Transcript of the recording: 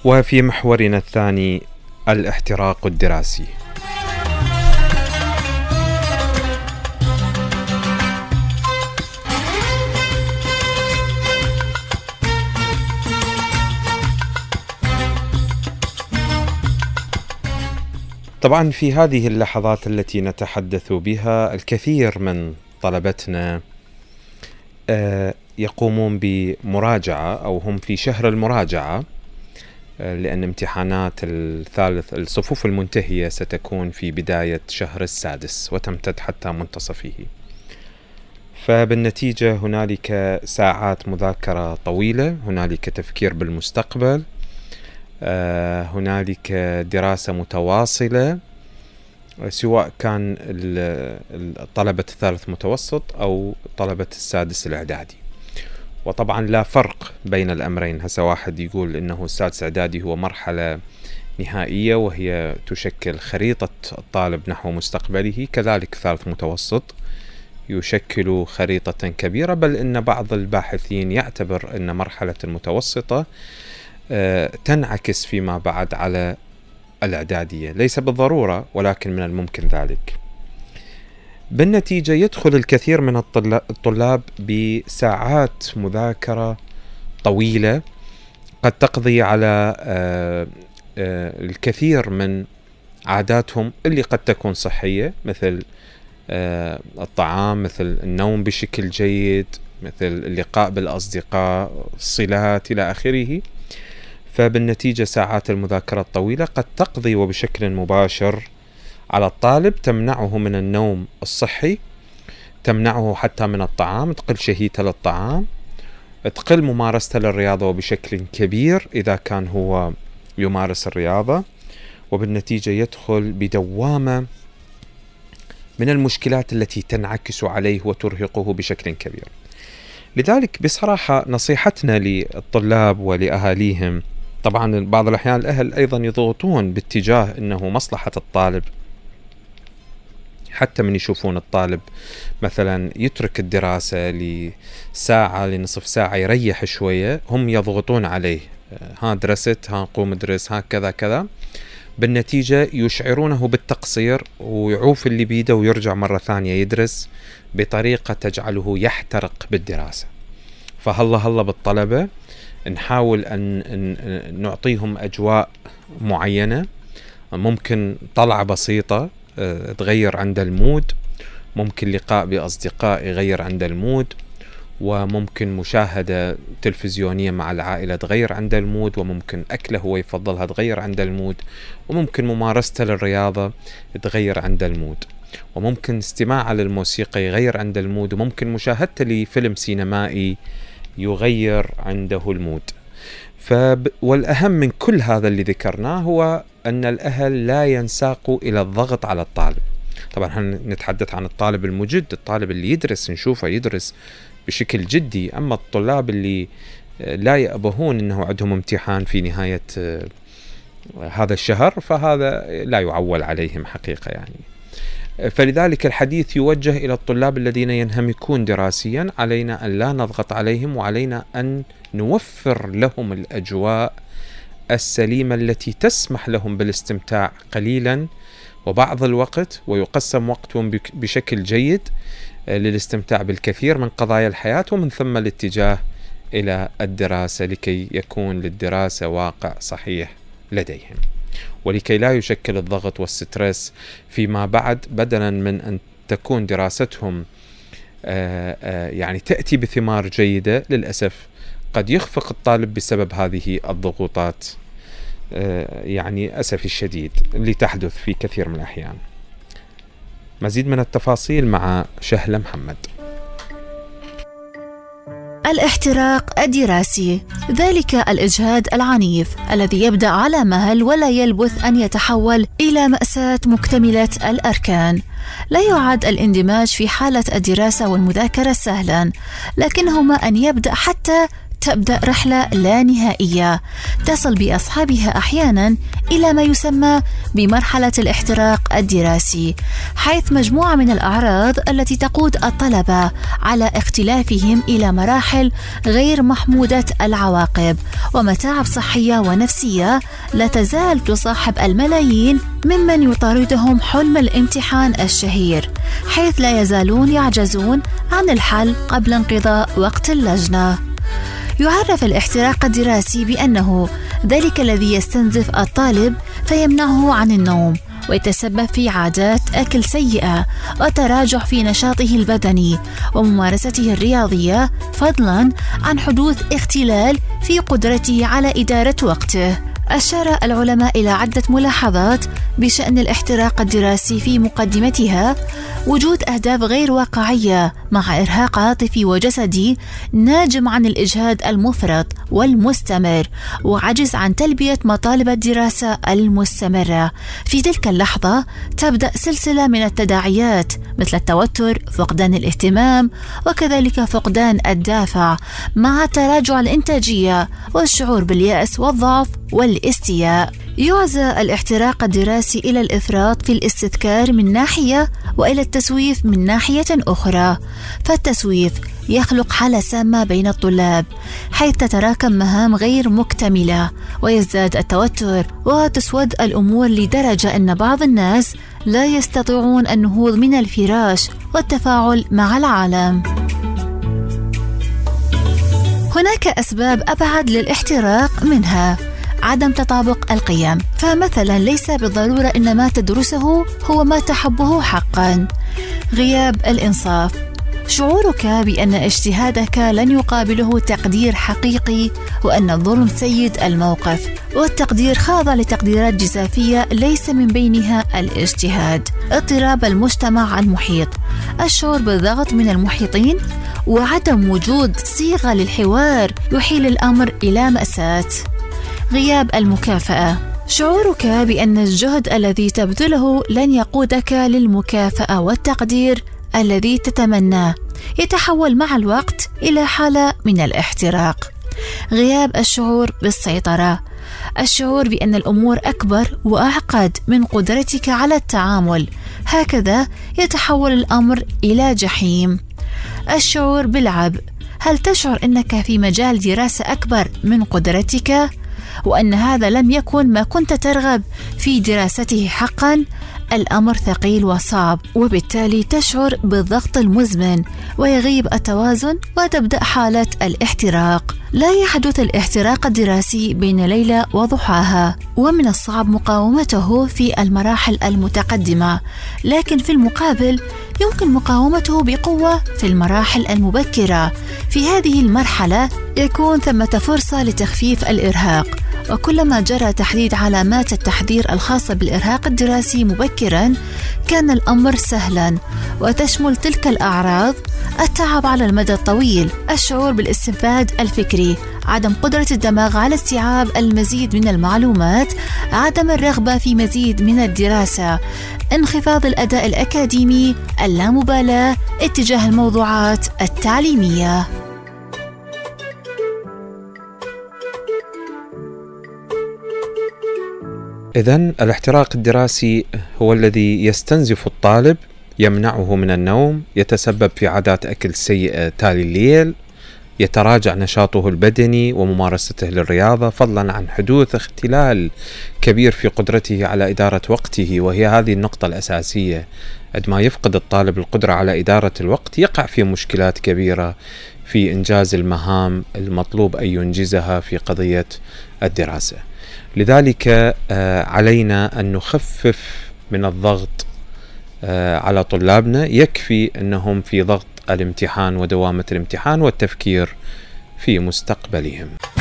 وفي محورنا الثاني الاحتراق الدراسي. طبعا في هذه اللحظات التي نتحدث بها الكثير من طلبتنا يقومون بمراجعة أو هم في شهر المراجعة، لأن امتحانات الصفوف المنتهية ستكون في بداية شهر السادس وتمتد حتى منتصفه. فبالنتيجة هنالك ساعات مذاكرة طويلة، هنالك تفكير بالمستقبل، هنالك دراسة متواصلة، سواء كان طلبة الثالث متوسط أو طلبة السادس الإعدادي. وطبعا لا فرق بين الأمرين. هسه واحد يقول إنه السادس إعدادي هو مرحلة نهائية وهي تشكل خريطة الطالب نحو مستقبله، كذلك ثالث متوسط يشكل خريطة كبيرة، بل إن بعض الباحثين يعتبر أن مرحلة المتوسطة تنعكس فيما بعد على الإعدادية، ليس بالضرورة ولكن من الممكن ذلك. بالنتيجة يدخل الكثير من الطلاب بساعات مذاكرة طويلة قد تقضي على الكثير من عاداتهم اللي قد تكون صحية، مثل الطعام، مثل النوم بشكل جيد، مثل اللقاء بالأصدقاء، الصلات إلى آخره. فبالنتيجة ساعات المذاكرة الطويلة قد تقضي وبشكل مباشر على الطالب، تمنعه من النوم الصحي، تمنعه حتى من الطعام، تقل شهيته للطعام، تقل ممارسته للرياضة وبشكل كبير إذا كان هو يمارس الرياضة، وبالنتيجة يدخل بدوامة من المشكلات التي تنعكس عليه وترهقه بشكل كبير. لذلك بصراحة نصيحتنا للطلاب ولأهاليهم، طبعا بعض الأحيان الأهل أيضا يضغطون باتجاه أنه مصلحة الطالب، حتى من يشوفون الطالب مثلا يترك الدراسة لساعة لنصف ساعة يريح شوية، هم يضغطون عليه، ها درست، ها قوم ادرس، ها كذا كذا. بالنتيجة يشعرونه بالتقصير ويعوف اللي بيده ويرجع مرة ثانية يدرس بطريقة تجعله يحترق بالدراسة. فهلا بالطلبة نحاول أن نعطيهم أجواء معينة، ممكن طلعة بسيطة تغير عند المود، ممكن لقاء بأصدقاء يغير عند المود، وممكن مشاهدة تلفزيونية مع العائلة تغير عند المود، وممكن أكله هو يفضلها تغير عند المود، وممكن ممارسته للرياضة تغير عند المود، وممكن استماعه للموسيقى يغير عند المود، وممكن مشاهدته لفيلم سينمائي يغير عنده المود. والأهم من كل هذا اللي ذكرناه هو أن الأهل لا ينساقوا إلى الضغط على الطالب. طبعا نتحدث عن الطالب المجد، الطالب اللي يدرس نشوفه يدرس بشكل جدي، أما الطلاب اللي لا يأبهون أنه عندهم امتحان في نهاية هذا الشهر فهذا لا يعول عليهم حقيقة يعني. فلذلك الحديث يوجه إلى الطلاب الذين ينهمكون دراسيا، علينا أن لا نضغط عليهم، وعلينا أن نوفر لهم الأجواء السليمة التي تسمح لهم بالاستمتاع قليلا وبعض الوقت، ويقسم وقتهم بشكل جيد للاستمتاع بالكثير من قضايا الحياة، ومن ثم الاتجاه إلى الدراسة لكي يكون للدراسة واقع صحيح لديهم، ولكي لا يشكل الضغط والسترس فيما بعد، بدلا من أن تكون دراستهم يعني تأتي بثمار جيدة. للأسف قد يخفق الطالب بسبب هذه الضغوطات يعني أسف الشديد اللي تحدث في كثير من الأحيان. مزيد من التفاصيل مع شهلة محمد. الاحتراق الدراسي، ذلك الإجهاد العنيف الذي يبدأ على مهل ولا يلبث أن يتحول إلى مأساة مكتملة الأركان. لا يعد الاندماج في حالة الدراسة والمذاكرة سهلا، لكنهما أن يبدأ حتى تبدأ رحلة لا نهائية تصل بأصحابها أحيانا إلى ما يسمى بمرحلة الاحتراق الدراسي، حيث مجموعة من الأعراض التي تقود الطلبة على اختلافهم إلى مراحل غير محمودة العواقب ومتاعب صحية ونفسية لا تزال تصاحب الملايين ممن يطاردهم حلم الامتحان الشهير، حيث لا يزالون يعجزون عن الحل قبل انقضاء وقت اللجنة. يعرف الاحتراق الدراسي بأنه ذلك الذي يستنزف الطالب فيمنعه عن النوم ويتسبب في عادات أكل سيئة وتراجع في نشاطه البدني وممارسته الرياضية، فضلا عن حدوث اختلال في قدرته على إدارة وقته. أشار العلماء إلى عدة ملاحظات بشأن الاحتراق الدراسي، في مقدمتها وجود أهداف غير واقعية مع إرهاق عاطفي وجسدي ناجم عن الإجهاد المفرط والمستمر وعجز عن تلبية مطالب الدراسة المستمرة. في تلك اللحظة تبدأ سلسلة من التداعيات مثل التوتر، فقدان الاهتمام، وكذلك فقدان الدافع، مع تراجع الإنتاجية والشعور باليأس والضعف والاستياء. يعزى الاحتراق الدراسي إلى الإفراط في الاستذكار من ناحية وإلى التسويف من ناحية أخرى، فالتسويف يخلق حالة سامة بين الطلاب حيث تتراكم مهام غير مكتملة ويزداد التوتر وتسود الأمور لدرجة أن بعض الناس لا يستطيعون النهوض من الفراش والتفاعل مع العالم. هناك أسباب أبعد للاحتراق، منها عدم تطابق القيم، فمثلا ليس بالضرورة أن ما تدرسه هو ما تحبه حقا. غياب الإنصاف، شعورك بأن اجتهادك لن يقابله تقدير حقيقي وأن الظلم سيد الموقف، والتقدير خاضع لتقديرات جزافية ليس من بينها الاجتهاد. اضطراب المجتمع المحيط، الشعور بالضغط من المحيطين وعدم وجود صيغة للحوار يحيل الأمر إلى مأساة. غياب المكافأة، شعورك بأن الجهد الذي تبذله لن يقودك للمكافأة والتقدير الذي تتمناه، يتحول مع الوقت إلى حالة من الاحتراق. غياب الشعور بالسيطرة، الشعور بأن الأمور أكبر وأعقد من قدرتك على التعامل، هكذا يتحول الأمر إلى جحيم. الشعور بالعبء، هل تشعر أنك في مجال دراسة أكبر من قدرتك وأن هذا لم يكن ما كنت ترغب في دراسته حقا؟ الأمر ثقيل وصعب، وبالتالي تشعر بالضغط المزمن ويغيب التوازن وتبدأ حالة الاحتراق. لا يحدث الاحتراق الدراسي بين ليلة وضحاها، ومن الصعب مقاومته في المراحل المتقدمة، لكن في المقابل يمكن مقاومته بقوة في المراحل المبكرة. في هذه المرحلة يكون ثمة فرصة لتخفيف الإرهاق، وكلما جرى تحديد علامات التحذير الخاصة بالإرهاق الدراسي مبكرا كان الأمر سهلا، وتشمل تلك الأعراض التعب على المدى الطويل، الشعور بالاستنفاد الفكري، عدم قدرة الدماغ على استيعاب المزيد من المعلومات، عدم الرغبة في مزيد من الدراسة، انخفاض الأداء الأكاديمي، اللامبالاة اتجاه الموضوعات التعليمية. إذن الاحتراق الدراسي هو الذي يستنزف الطالب، يمنعه من النوم، يتسبب في عادات أكل سيئة تالي الليل، يتراجع نشاطه البدني وممارسته للرياضة، فضلا عن حدوث اختلال كبير في قدرته على إدارة وقته، وهي هذه النقطة الأساسية. عندما يفقد الطالب القدرة على إدارة الوقت يقع في مشكلات كبيرة في إنجاز المهام المطلوب أن ينجزها في قضية الدراسة. لذلك علينا أن نخفف من الضغط على طلابنا، يكفي أنهم في ضغط الامتحان ودوامة الامتحان والتفكير في مستقبلهم.